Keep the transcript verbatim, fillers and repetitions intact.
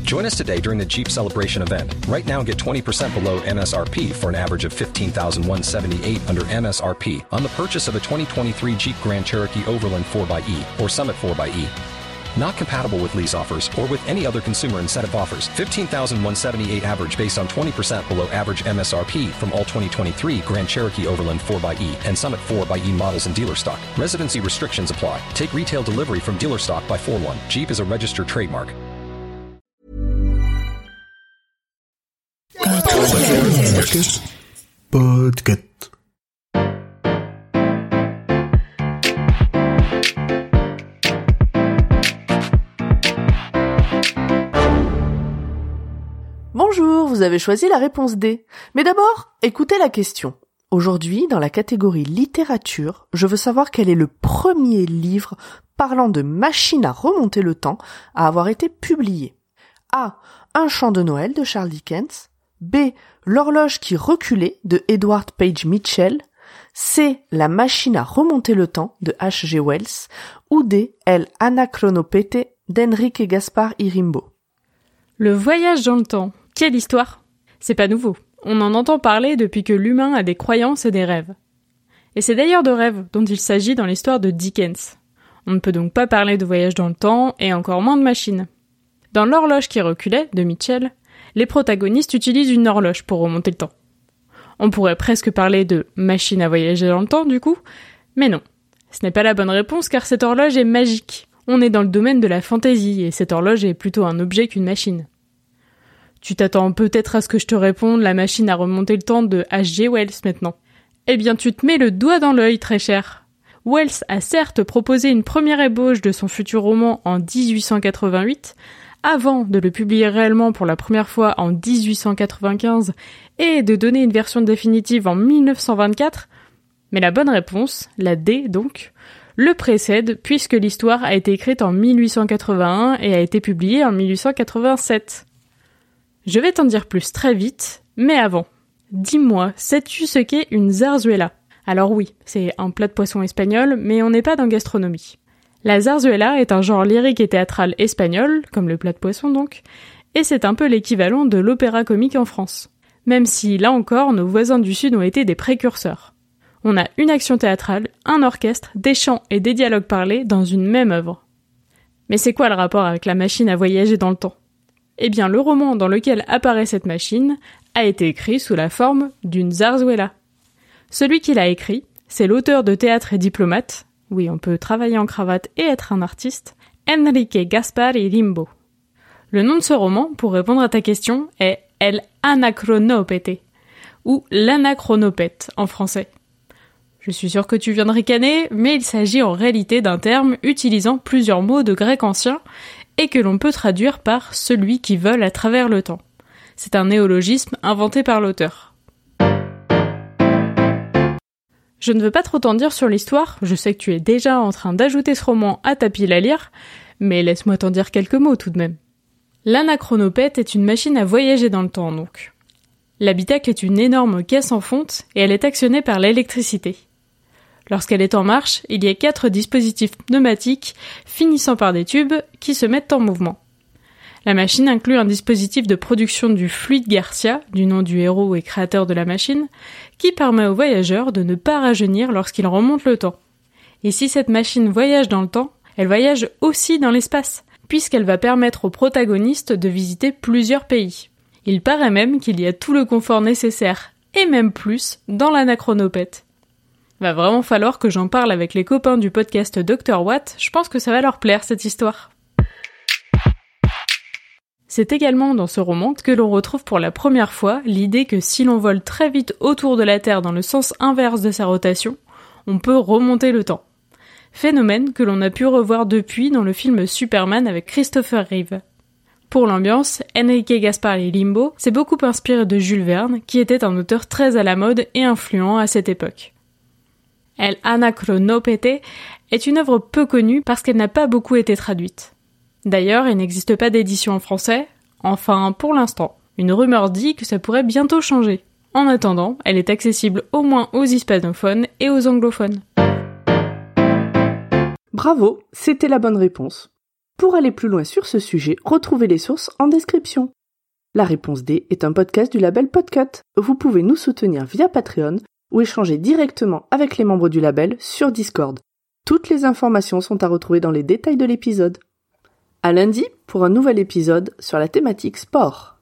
Join us today during the Jeep Celebration event. Right now, get twenty percent below M S R P for an average of fifteen thousand one hundred seventy-eight dollars under M S R P on the purchase of a twenty twenty-three Jeep Grand Cherokee Overland four by E or Summit four by E. Not compatible with lease offers or with any other consumer incentive offers. fifteen thousand one hundred seventy-eight dollars average based on twenty percent below average M S R P from all twenty twenty-three Grand Cherokee Overland four by E and Summit four by E models in dealer stock. Residency restrictions apply. Take retail delivery from dealer stock by four one. Jeep is a registered trademark. Podcast. Podcast. Bonjour, vous avez choisi la réponse D. Mais d'abord, écoutez la question. Aujourd'hui, dans la catégorie littérature, je veux savoir quel est le premier livre parlant de machines à remonter le temps à avoir été publié. A. Un chant de Noël de Charles Dickens. B. L'horloge qui reculait de Edward Page Mitchell. C. La machine à remonter le temps de H G Wells. Ou D. El Anacronopete d'Enrique Gaspar y Rimbaud. Le voyage dans le temps. Quelle histoire! C'est pas nouveau. On en entend parler depuis que l'humain a des croyances et des rêves. Et c'est d'ailleurs de rêves dont il s'agit dans l'histoire de Dickens. On ne peut donc pas parler de voyage dans le temps et encore moins de machines. Dans L'horloge qui reculait de Mitchell, les protagonistes utilisent une horloge pour remonter le temps. On pourrait presque parler de machine à voyager dans le temps du coup, mais non. Ce n'est pas la bonne réponse car cette horloge est magique. On est dans le domaine de la fantaisie et cette horloge est plutôt un objet qu'une machine. Tu t'attends peut-être à ce que je te réponde la machine à remonter le temps de H G Wells maintenant. Eh bien tu te mets le doigt dans l'œil très cher. Wells a certes proposé une première ébauche de son futur roman en dix-huit cent quatre-vingt-huit, avant de le publier réellement pour la première fois en dix-huit cent quatre-vingt-quinze et de donner une version définitive en mille neuf cent vingt-quatre, mais la bonne réponse, la D donc, le précède puisque l'histoire a été écrite en mille huit cent quatre-vingt-un et a été publiée en mille huit cent quatre-vingt-sept. Je vais t'en dire plus très vite, mais avant, dis-moi, sais-tu ce qu'est une zarzuela? Alors oui, c'est un plat de poisson espagnol, mais on n'est pas dans gastronomie. La zarzuela est un genre lyrique et théâtral espagnol, comme le plat de poisson donc, et c'est un peu l'équivalent de l'opéra comique en France. Même si, là encore, nos voisins du Sud ont été des précurseurs. On a une action théâtrale, un orchestre, des chants et des dialogues parlés dans une même œuvre. Mais c'est quoi le rapport avec la machine à voyager dans le temps? Eh bien, le roman dans lequel apparaît cette machine a été écrit sous la forme d'une zarzuela. Celui qui l'a écrit, c'est l'auteur de théâtre et diplomate, oui, on peut travailler en cravate et être un artiste, Enrique Gaspar y Rimbaud. Le nom de ce roman, pour répondre à ta question, est El Anacronopete, ou l'anachronopète en français. Je suis sûre que tu viens de ricaner, mais il s'agit en réalité d'un terme utilisant plusieurs mots de grec ancien et que l'on peut traduire par « celui qui vole à travers le temps ». C'est un néologisme inventé par l'auteur. Je ne veux pas trop t'en dire sur l'histoire, je sais que tu es déjà en train d'ajouter ce roman à ta pile à lire, mais laisse-moi t'en dire quelques mots tout de même. L'anachronopète est une machine à voyager dans le temps donc. L'habitacle est une énorme caisse en fonte et elle est actionnée par l'électricité. Lorsqu'elle est en marche, il y a quatre dispositifs pneumatiques finissant par des tubes qui se mettent en mouvement. La machine inclut un dispositif de production du fluide Garcia, du nom du héros et créateur de la machine, qui permet aux voyageurs de ne pas rajeunir lorsqu'ils remontent le temps. Et si cette machine voyage dans le temps, elle voyage aussi dans l'espace, puisqu'elle va permettre aux protagonistes de visiter plusieurs pays. Il paraît même qu'il y a tout le confort nécessaire, et même plus, dans l'anachronopète. Va vraiment falloir que j'en parle avec les copains du podcast docteur Watt, je pense que ça va leur plaire cette histoire. C'est également dans ce roman que l'on retrouve pour la première fois l'idée que si l'on vole très vite autour de la Terre dans le sens inverse de sa rotation, on peut remonter le temps. Phénomène que l'on a pu revoir depuis dans le film Superman avec Christopher Reeve. Pour l'ambiance, Enrique Gaspar y Rimbaud s'est beaucoup inspiré de Jules Verne, qui était un auteur très à la mode et influent à cette époque. El Anacronopete est une œuvre peu connue parce qu'elle n'a pas beaucoup été traduite. D'ailleurs, il n'existe pas d'édition en français, enfin pour l'instant. Une rumeur dit que ça pourrait bientôt changer. En attendant, elle est accessible au moins aux hispanophones et aux anglophones. Bravo, c'était la bonne réponse. Pour aller plus loin sur ce sujet, retrouvez les sources en description. La réponse D est un podcast du label Podcut. Vous pouvez nous soutenir via Patreon ou échanger directement avec les membres du label sur Discord. Toutes les informations sont à retrouver dans les détails de l'épisode. À lundi pour un nouvel épisode sur la thématique sport.